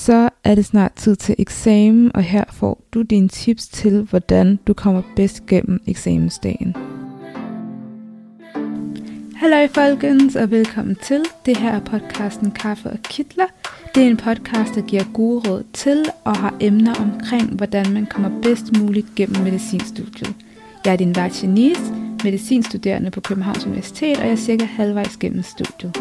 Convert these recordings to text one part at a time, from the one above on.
Så er det snart tid til eksamen, og her får du dine tips til, hvordan du kommer bedst gennem eksamensdagen. Hallo folkens, og velkommen til. Det her er podcasten Kaffe og Kitler. Det er en podcast, der giver gode råd til og har emner omkring, hvordan man kommer bedst muligt gennem medicinstudiet. Jeg er din vært Janice, medicinstuderende på Københavns Universitet, og jeg er cirka halvvejs gennem studiet.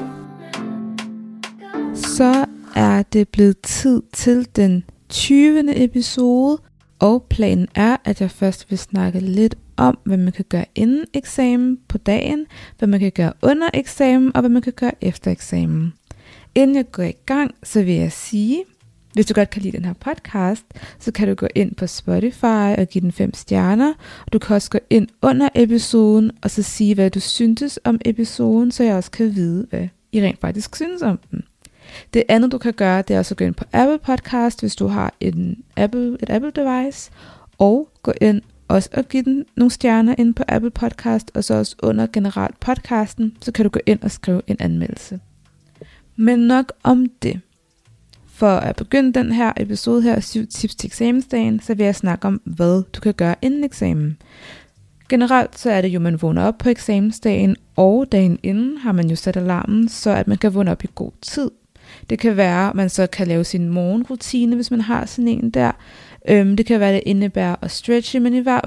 Så er det blevet tid til den 20. episode, og planen er, at jeg først vil snakke lidt om, hvad man kan gøre inden eksamen på dagen, hvad man kan gøre under eksamen, og hvad man kan gøre efter eksamen. Inden jeg går i gang, så vil jeg sige, hvis du godt kan lide den her podcast, så kan du gå ind på Spotify og give den 5 stjerner, og du kan også gå ind under episoden, og så sige, hvad du syntes om episoden, så jeg også kan vide, hvad I rent faktisk synes om den. Det andet du kan gøre, det er også at gå ind på Apple Podcast, hvis du har et Apple device, og gå ind også og give den nogle stjerner ind på Apple Podcast, og så også under generelt podcasten, så kan du gå ind og skrive en anmeldelse. Men nok om det. For at begynde den her episode her, 7 tips til eksamensdagen, så vil jeg snakke om, hvad du kan gøre inden eksamen. Generelt så er det jo, man vågner op på eksamensdagen, og dagen inden har man jo sat alarmen, så at man kan vågne op i god tid. Det kan være, at man så kan lave sin morgenrutine, hvis man har sådan en der. Det kan være, at det indebærer at stretche, men i hvert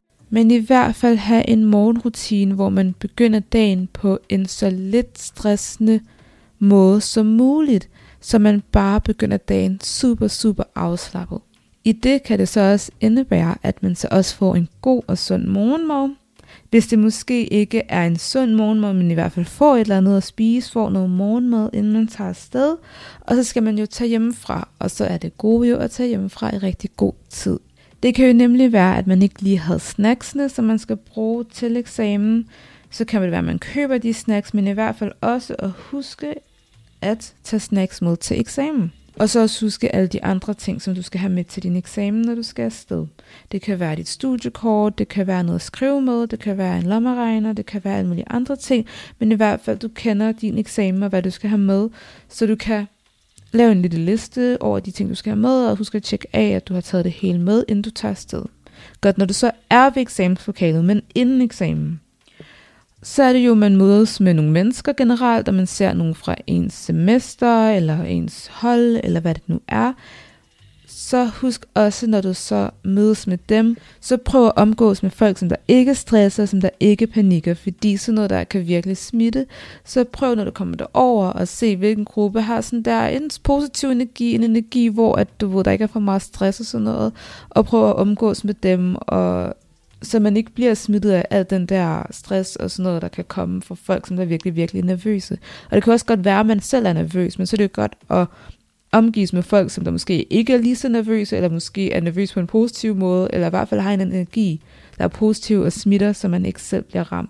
fald have en morgenrutine, hvor man begynder dagen på en så lidt stressende måde som muligt, så man bare begynder dagen super afslappet. I det kan det så også indebære, at man så også får en god og sund morgenmad. Hvis det måske ikke er en sund morgenmad, men i hvert fald får et eller andet at spise, får noget morgenmad, inden man tager afsted. Og så skal man jo tage hjemmefra, og så er det gode jo at tage hjemmefra i rigtig god tid. Det kan jo nemlig være, at man ikke lige havde snacksene, som man skal bruge til eksamen. Så kan det være, at man køber de snacks, men i hvert fald også at huske at tage snacks med til eksamen. Og så også huske alle de andre ting, som du skal have med til din eksamen, når du skal afsted. Det kan være dit studiekort, det kan være noget at skrive med, det kan være en lommeregner, det kan være alle mulige andre ting. Men i hvert fald, du kender din eksamen og hvad du skal have med, så du kan lave en lille liste over de ting, du skal have med, og husk at tjekke af, at du har taget det hele med, inden du tager afsted. Godt, når du så er ved eksamenslokalet, men inden eksamen, så er det jo, man mødes med nogle mennesker generelt, og man ser nogen fra ens semester, eller ens hold, eller hvad det nu er. Så husk også, når du så mødes med dem, så prøv at omgås med folk, som der ikke stresser, som der ikke panikker, fordi sådan noget, der kan virkelig smitte. Så prøv, når du kommer derover, og se, hvilken gruppe har sådan der en positiv energi, en energi, hvor at du ved, der ikke er for meget stress og sådan noget, og prøv at omgås med dem, og så man ikke bliver smittet af al den der stress og sådan noget, der kan komme fra folk, som der virkelig er nervøse. Og det kan også godt være, at man selv er nervøs, men så er det jo godt at omgives med folk, som der måske ikke er lige så nervøse, eller måske er nervøs på en positiv måde, eller i hvert fald har en energi, der er positiv og smitter, så man ikke selv bliver ramt.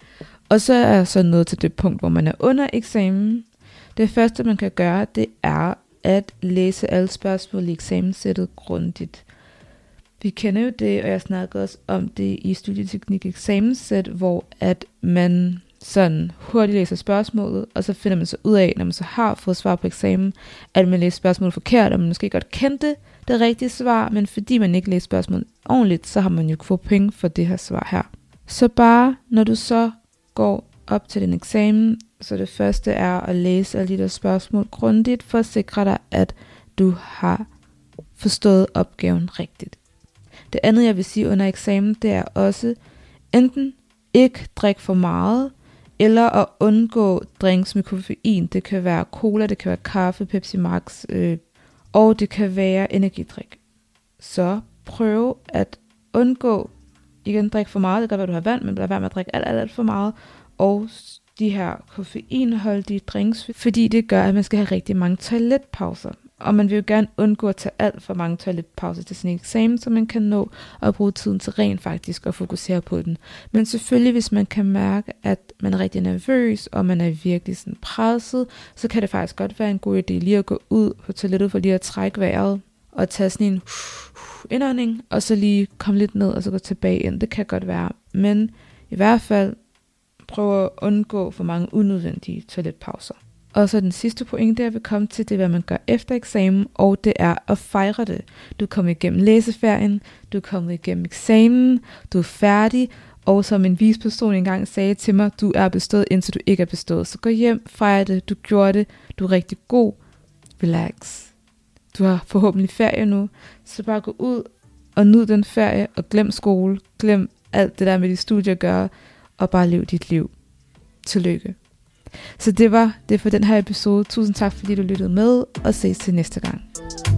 Og så er så nået til det punkt, hvor man er under eksamen. Det første, man kan gøre, det er at læse alle spørgsmål i eksamenssættet grundigt. Vi kender jo det, og jeg snakkede også om det i studieteknik eksamenssæt, hvor at man sådan hurtigt læser spørgsmålet, og så finder man så ud af, når man så har fået svar på eksamen, at man læser spørgsmålet forkert, og man måske godt kendte det rigtige svar, men fordi man ikke læser spørgsmålet ordentligt, så har man jo fået point for det her svar her. Så bare, når du så går op til din eksamen, så det første er at læse alle de der spørgsmål grundigt, for at sikre dig, at du har forstået opgaven rigtigt. Det andet, jeg vil sige under eksamen, det er også enten ikke drikke for meget, eller at undgå drinks med koffein. Det kan være cola, det kan være kaffe, Pepsi Max, og det kan være energidrik. Så prøv at undgå, igen drikke for meget, det kan være, du har vand, men lad være med at drikke alt for meget, og de her koffeinholdige drinks, fordi det gør, at man skal have rigtig mange toiletpauser. Og man vil jo gerne undgå at tage alt for mange toiletpauser til sin eksamen, så man kan nå at bruge tiden til rent faktisk at fokusere på den. Men selvfølgelig, hvis man kan mærke, at man er rigtig nervøs, og man er virkelig sådan presset, så kan det faktisk godt være en god idé lige at gå ud på toilettet for lige at trække vejret, og tage sådan en indånding, og så lige komme lidt ned, og så gå tilbage ind. Det kan godt være. Men i hvert fald prøv at undgå for mange unødvendige toiletpauser. Og så den sidste pointe, jeg vil komme til, det er, hvad man gør efter eksamen, og det er at fejre det. Du er kommet igennem læseferien, du er kommet igennem eksamen, du er færdig, og som en vis person engang sagde til mig, du er bestået, indtil du ikke er bestået. Så gå hjem, fejre det, du gjorde det, du er rigtig god, relax. Du har forhåbentlig ferie nu, så bare gå ud og nyd den ferie, og glem skole, glem alt det der med de studier at gøre, og bare lev dit liv. Tillykke. Så det var det for den her episode. Tusind tak, fordi du lyttede med, og ses til næste gang.